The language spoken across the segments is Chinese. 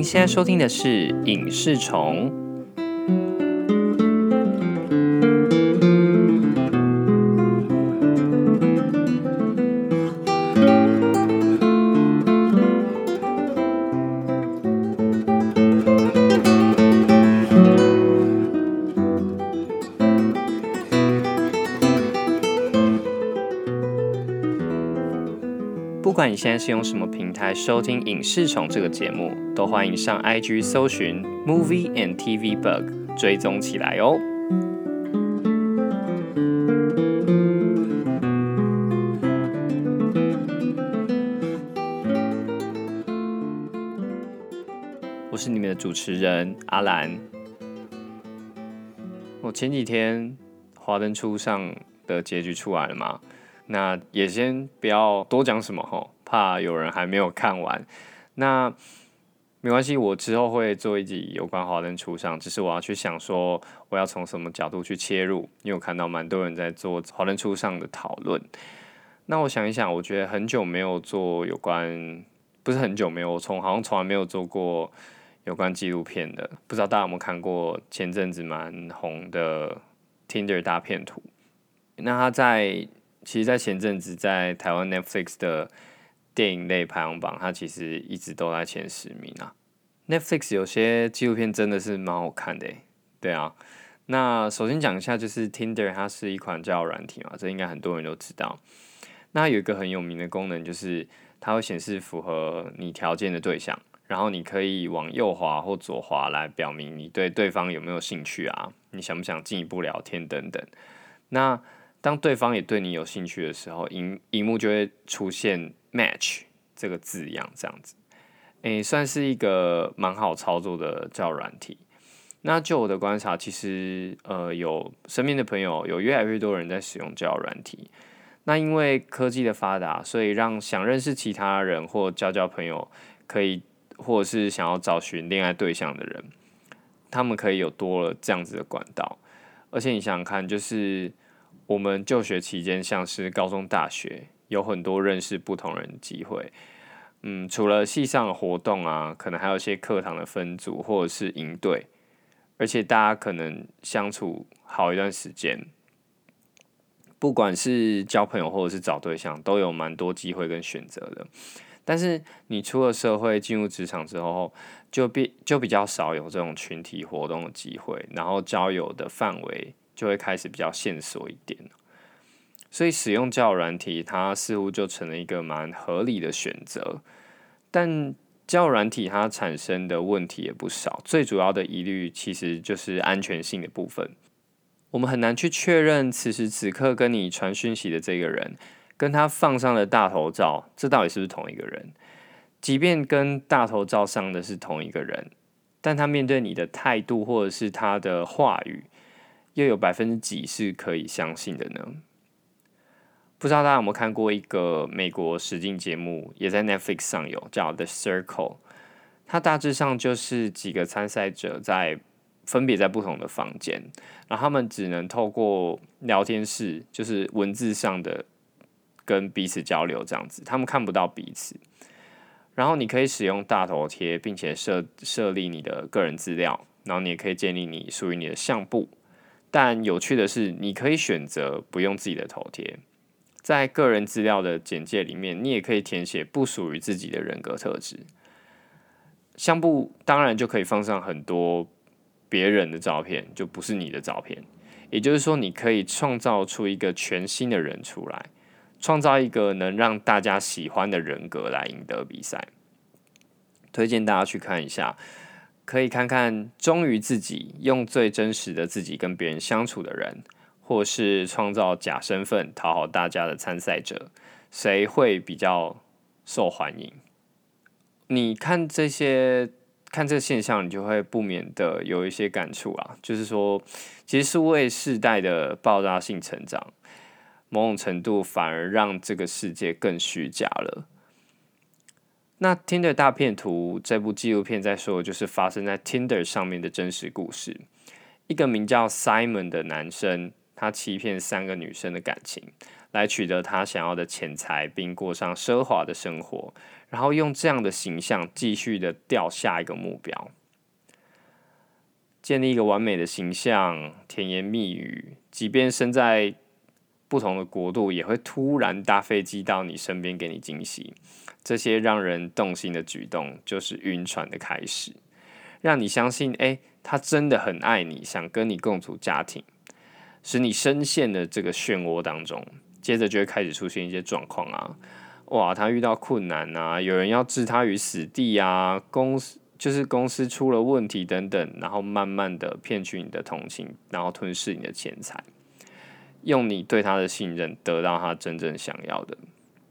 您现在收听的是影视虫。不管你现在是用什么平台收听《影视虫》这个节目，都欢迎上 IG 搜寻 Movie and TV Bug 追踪起来哦。我是你们的主持人阿兰。我前几天华灯初上的结局出来了嘛？那也先不要多讲什么吼，怕有人还没有看完。那没关系，我之后会做一集有关华灯初上，只是我要去想说我要从什么角度去切入，因为我看到蛮多人在做华灯初上的讨论。那我想一想，我觉得很久没有做有关，不是很久没有，好像从来没有做过有关纪录片的。不知道大家有没有看过前阵子蛮红的 Tinder 大片图？那其实，在前阵子在台湾 Netflix 的电影类排行榜，它其实一直都在前10名啊。Netflix 有些纪录片真的是蛮好看的耶，对啊。那首先讲一下，就是 Tinder 它是一款交友软体嘛，这应该很多人都知道。那有一个很有名的功能，就是它会显示符合你条件的对象，然后你可以往右滑或左滑来表明你对对方有没有兴趣啊，你想不想进一步聊天等等。那当对方也对你有兴趣的时候，荧幕就会出现 match 这个字样，这样子，算是一个蛮好操作的交友软体。那就我的观察，其实有身边的朋友有越来越多人在使用交友软体。那因为科技的发达，所以让想认识其他人或交朋友，或者是想要找寻恋爱对象的人，他们可以有多了这样子的管道。而且你想想看，就是我们就学期间，像是高中、大学，有很多认识不同人的机会。除了系上的活动啊，可能还有一些课堂的分组或者是营队，而且大家可能相处好一段时间，不管是交朋友或者是找对象，都有蛮多机会跟选择的。但是你出了社会，进入职场之后，就比较少有这种群体活动的机会，然后交友的范围就会开始比较限缩一点。所以使用交友软体，它似乎就成了一个蛮合理的选择。但交友软体它产生的问题也不少，最主要的疑虑其实就是安全性的部分。我们很难去确认此时此刻跟你传讯息的这个人，跟他放上的大头照，这到底是不是同一个人？即便跟大头照上的是同一个人，但他面对你的态度或者是他的话语，又有几% 是可以相信的呢？不知道大家有没有看过一个美国实境节目，也在 Netflix 上有，叫 The Circle。它大致上就是几个参赛者分别在不同的房间，然后他们只能透过聊天室，就是文字上的跟彼此交流这样子，他们看不到彼此。然后你可以使用大头贴，并且设立你的个人资料，然后你也可以建立你属于你的相簿。但有趣的是，你可以选择不用自己的头贴，在个人资料的简介里面，你也可以填写不属于自己的人格特质。相簿当然就可以放上很多别人的照片，就不是你的照片。也就是说，你可以创造出一个全新的人出来，创造一个能让大家喜欢的人格来赢得比赛。推荐大家去看一下，可以看看忠于自己，用最真实的自己跟别人相处的人，或是创造假身份讨好大家的参赛者，谁会比较受欢迎？你看这个现象，你就会不免的有一些感触啊，就是说，其实数位世代的爆炸性成长，某种程度反而让这个世界更虚假了。那 Tinder 大片图这部纪录片在说的就是发生在 Tinder 上面的真实故事。一个名叫 Simon 的男生，他欺骗3个女生的感情， 来取得他想要的钱财，并过上奢华的生活，然后用这样的形象继续的钓下一个目标，建立一个完美的形象，甜言蜜语，即便身在不同的国度，也会突然搭飞机到你身边给你惊喜。这些让人动心的举动，就是晕船的开始，让你相信，他真的很爱你，想跟你共组家庭，使你深陷的这个漩涡当中。接着就会开始出现一些状况啊，哇，他遇到困难啊，有人要置他于死地啊，公司出了问题等等，然后慢慢的骗取你的同情，然后吞噬你的钱财，用你对他的信任得到他真正想要的。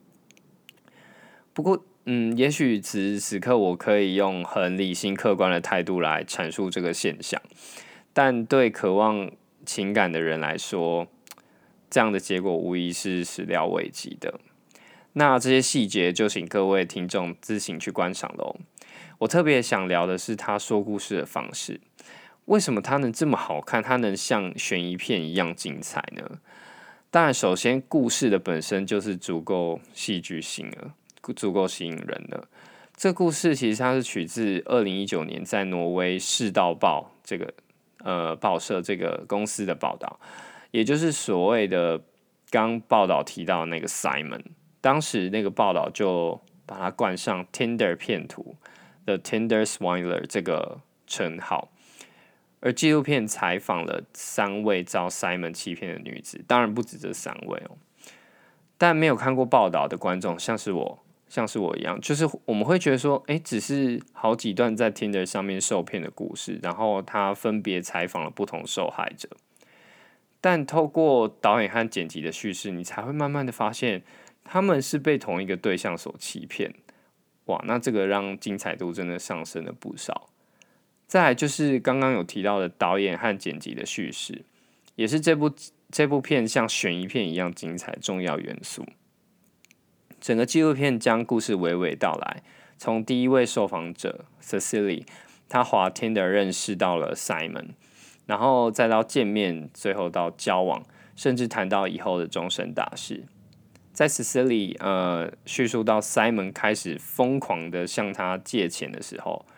不过，也许此时此刻我可以用很理性客观的态度来阐述这个现象，但对渴望情感的人来说，这样的结果无疑是始料未及的。那这些细节就请各位听众自行去观赏喽。我特别想聊的是他说故事的方式，为什么他能这么好看？他能像悬疑片一样精彩呢？当然，首先故事的本身就是足够戏剧性了，足够吸引人的。这故事其实它是取自2019年在挪威《世道报》这个报社这个公司的报道，也就是所谓的刚报道提到的那个 Simon。当时那个报道就把他冠上 Tinder 骗徒 The Tinder Swindler 这个称号。而纪录片采访了3位遭 Simon 欺骗的女子，当然不止这3位哦。但没有看过报道的观众，像是我一样，就是我们会觉得说，只是好几段在 Tinder 上面受骗的故事，然后他分别采访了不同受害者。但透过导演和剪辑的叙事，你才会慢慢的发现，他们是被同一个对象所欺骗。哇，那这个让精彩度真的上升了不少。再来就是刚刚有提到的导演和剪辑的叙事，也是这部片像悬疑片一样精彩重要元素。整个纪录片将故事娓娓道来，从第一位受访者 Cecily， 她滑 Tinder 认识到了 Simon， 然后再到见面，最后到交往，甚至谈到以后的终身大事。在 Cecily 叙述到 Simon 开始疯狂的向他借钱的时候，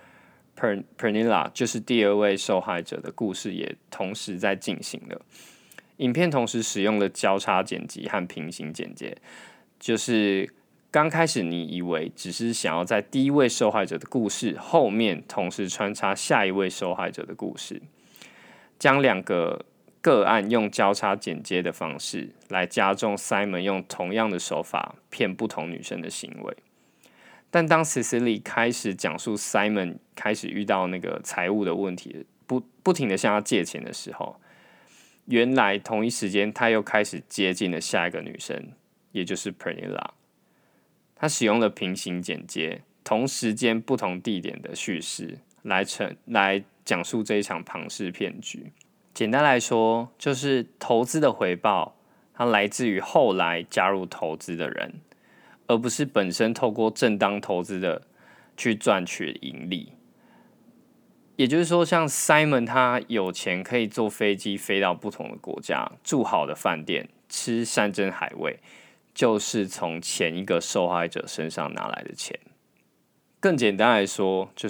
Pernilla 就是第2位受害者的故事也同时在进行了。影片同时使用了交叉剪辑和平行剪接，就是刚开始你以为只是想要在第一位受害者的故事后面同时穿插下一位受害者的故事，将2个个案用交叉剪接的方式来加重 Simon 用同样的手法骗不同女生的行为。但当 Cecily 开始讲述 Simon 开始遇到那个财务的问题，不停的向他借钱的时候，原来同一时间他又开始接近了下一个女生，也就是 Pernilla。他使用了平行剪接，同时间不同地点的叙事来讲述这一场庞氏骗局。简单来说，就是投资的回报，它来自于后来加入投资的人，而不是本身透过正当投资的去赚取盈利。也就是说，像 Simon 他有钱可以坐飞机飞到不同的国家，住好的饭店，吃山珍海味，就是从前一个受害者身上拿来的钱。更简单来说，就是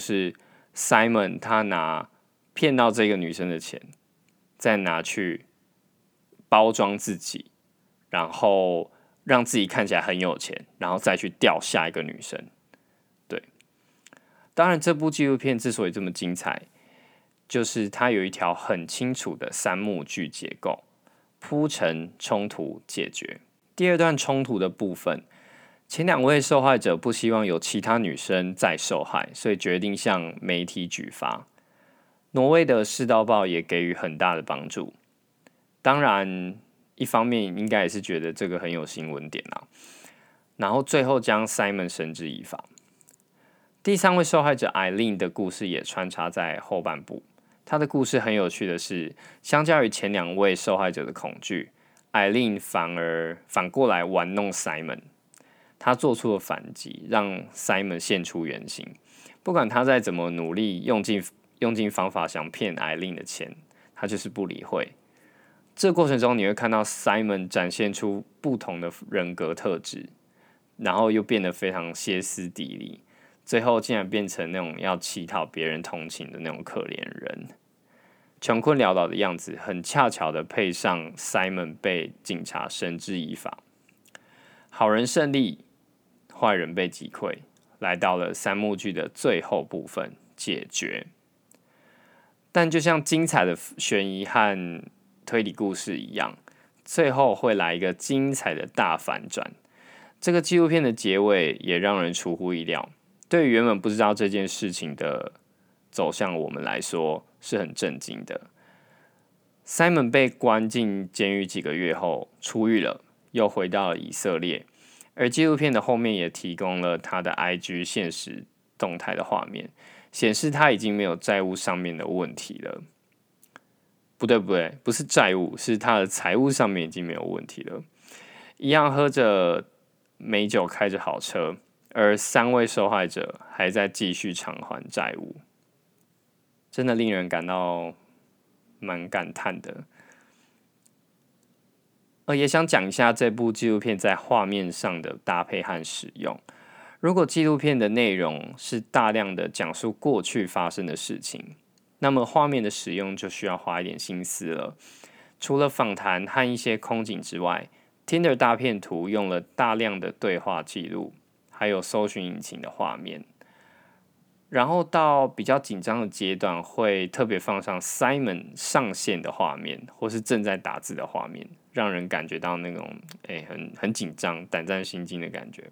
Simon 他骗到这个女生的钱，再拿去包装自己，然后让自己看起来很有钱，然后再去钓下一个女生。对，当然这部纪录片之所以这么精彩，就是它有一条很清楚的3幕剧结构：铺陈、冲突、解决。第2段冲突的部分，前2位受害者不希望有其他女生再受害，所以决定向媒体举发。挪威的《世道报》也给予很大的帮助。当然，一方面应该也是觉得这个很有新闻点啦。然后最后将 Simon 绳之以法。第3位受害者 Eileen 的故事也穿插在后半部。她的故事很有趣的是，相较于前2位受害者的恐惧， Eileen 反过来玩弄 Simon。她做出了反击，让 Simon 现出原形。不管他再怎么努力，用尽方法想骗 Eileen 的钱，他就是不理会。 这个过程中你会看到 Simon 展现出不同的人格特质，然后又变得非常歇斯底里，最后竟然变成那种要乞讨别人同情的那种可怜人。穷困潦倒的样子，很恰巧的配上 Simon 被警察绳之以法，好人胜利，坏人被击溃，来到了三幕剧的最后部分——解决。但就像精彩的悬疑和推理故事一样，最后会来一个精彩的大反转。这个纪录片的结尾也让人出乎意料。对于原本不知道这件事情的走向我们来说，是很震惊的。Simon 被关进监狱几个月后出狱了，又回到了以色列。而纪录片的后面也提供了他的 IG 现实动态的画面，显示他已经没有债务上面的问题了。不对，不是债务，是他的财务上面已经没有问题了。一样喝着美酒，开着好车，而3位受害者还在继续偿还债务，真的令人感到蛮感叹的。也想讲一下这部纪录片在画面上的搭配和使用。如果纪录片的内容是大量的讲述过去发生的事情，那么画面的使用就需要花一点心思了。除了访谈和一些空景之外，Tinder 大片图用了大量的对话记录，还有搜寻引擎的画面。然后到比较紧张的阶段，会特别放上 Simon 上线的画面，或是正在打字的画面，让人感觉到那种很紧张、胆战心惊的感觉。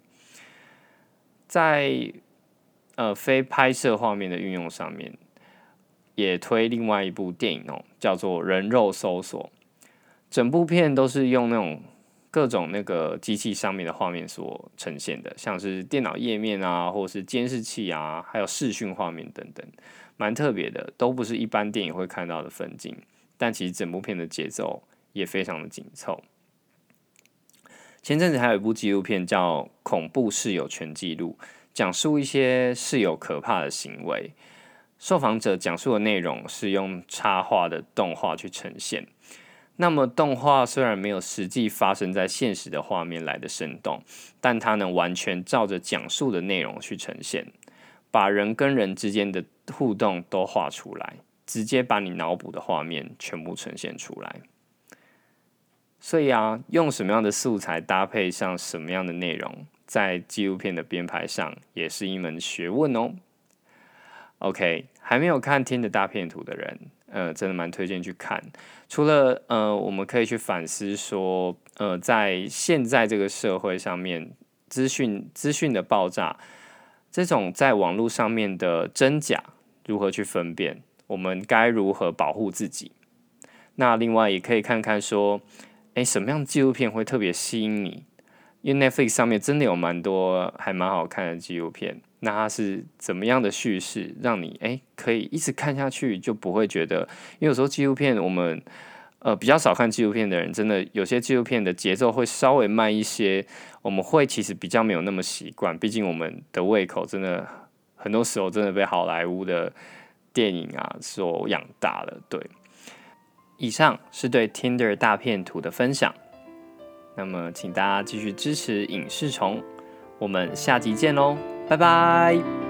在非拍摄画面的运用上面，也推另外一部电影叫做《人肉搜索》，整部片都是用那种各种那个机器上面的画面所呈现的，像是电脑页面啊，或是监视器啊，还有视讯画面等等，蛮特别的，都不是一般电影会看到的分镜。但其实整部片的节奏也非常的紧凑。前阵子还有一部纪录片叫《恐怖室友全记录》，讲述一些室友可怕的行为。受访者讲述的内容是用插画的动画去呈现。那么动画虽然没有实际发生在现实的画面来的生动，但它能完全照着讲述的内容去呈现，把人跟人之间的互动都画出来，直接把你脑补的画面全部呈现出来。所以用什么样的素材搭配上什么样的内容，在纪录片的编排上也是一门学问哦。OK， 还没有看《Tinder大片图》的人，真的蛮推荐去看。除了我们可以去反思说，在现在这个社会上面，资讯的爆炸，这种在网络上面的真假如何去分辨，我们该如何保护自己？那另外也可以看看说，什么样的纪录片会特别吸引你？因为 Netflix 上面真的有蛮多还蛮好看的纪录片，那它是怎么样的叙事，让你可以一直看下去，就不会觉得，因为有时候纪录片我们比较少看纪录片的人，真的有些纪录片的节奏会稍微慢一些，我们会其实比较没有那么习惯，毕竟我们的胃口真的很多时候真的被好莱坞的电影所养大了。对，以上是对 Tinder 大片图的分享。那么，请大家继续支持影视虫，我们下集见喽，拜拜。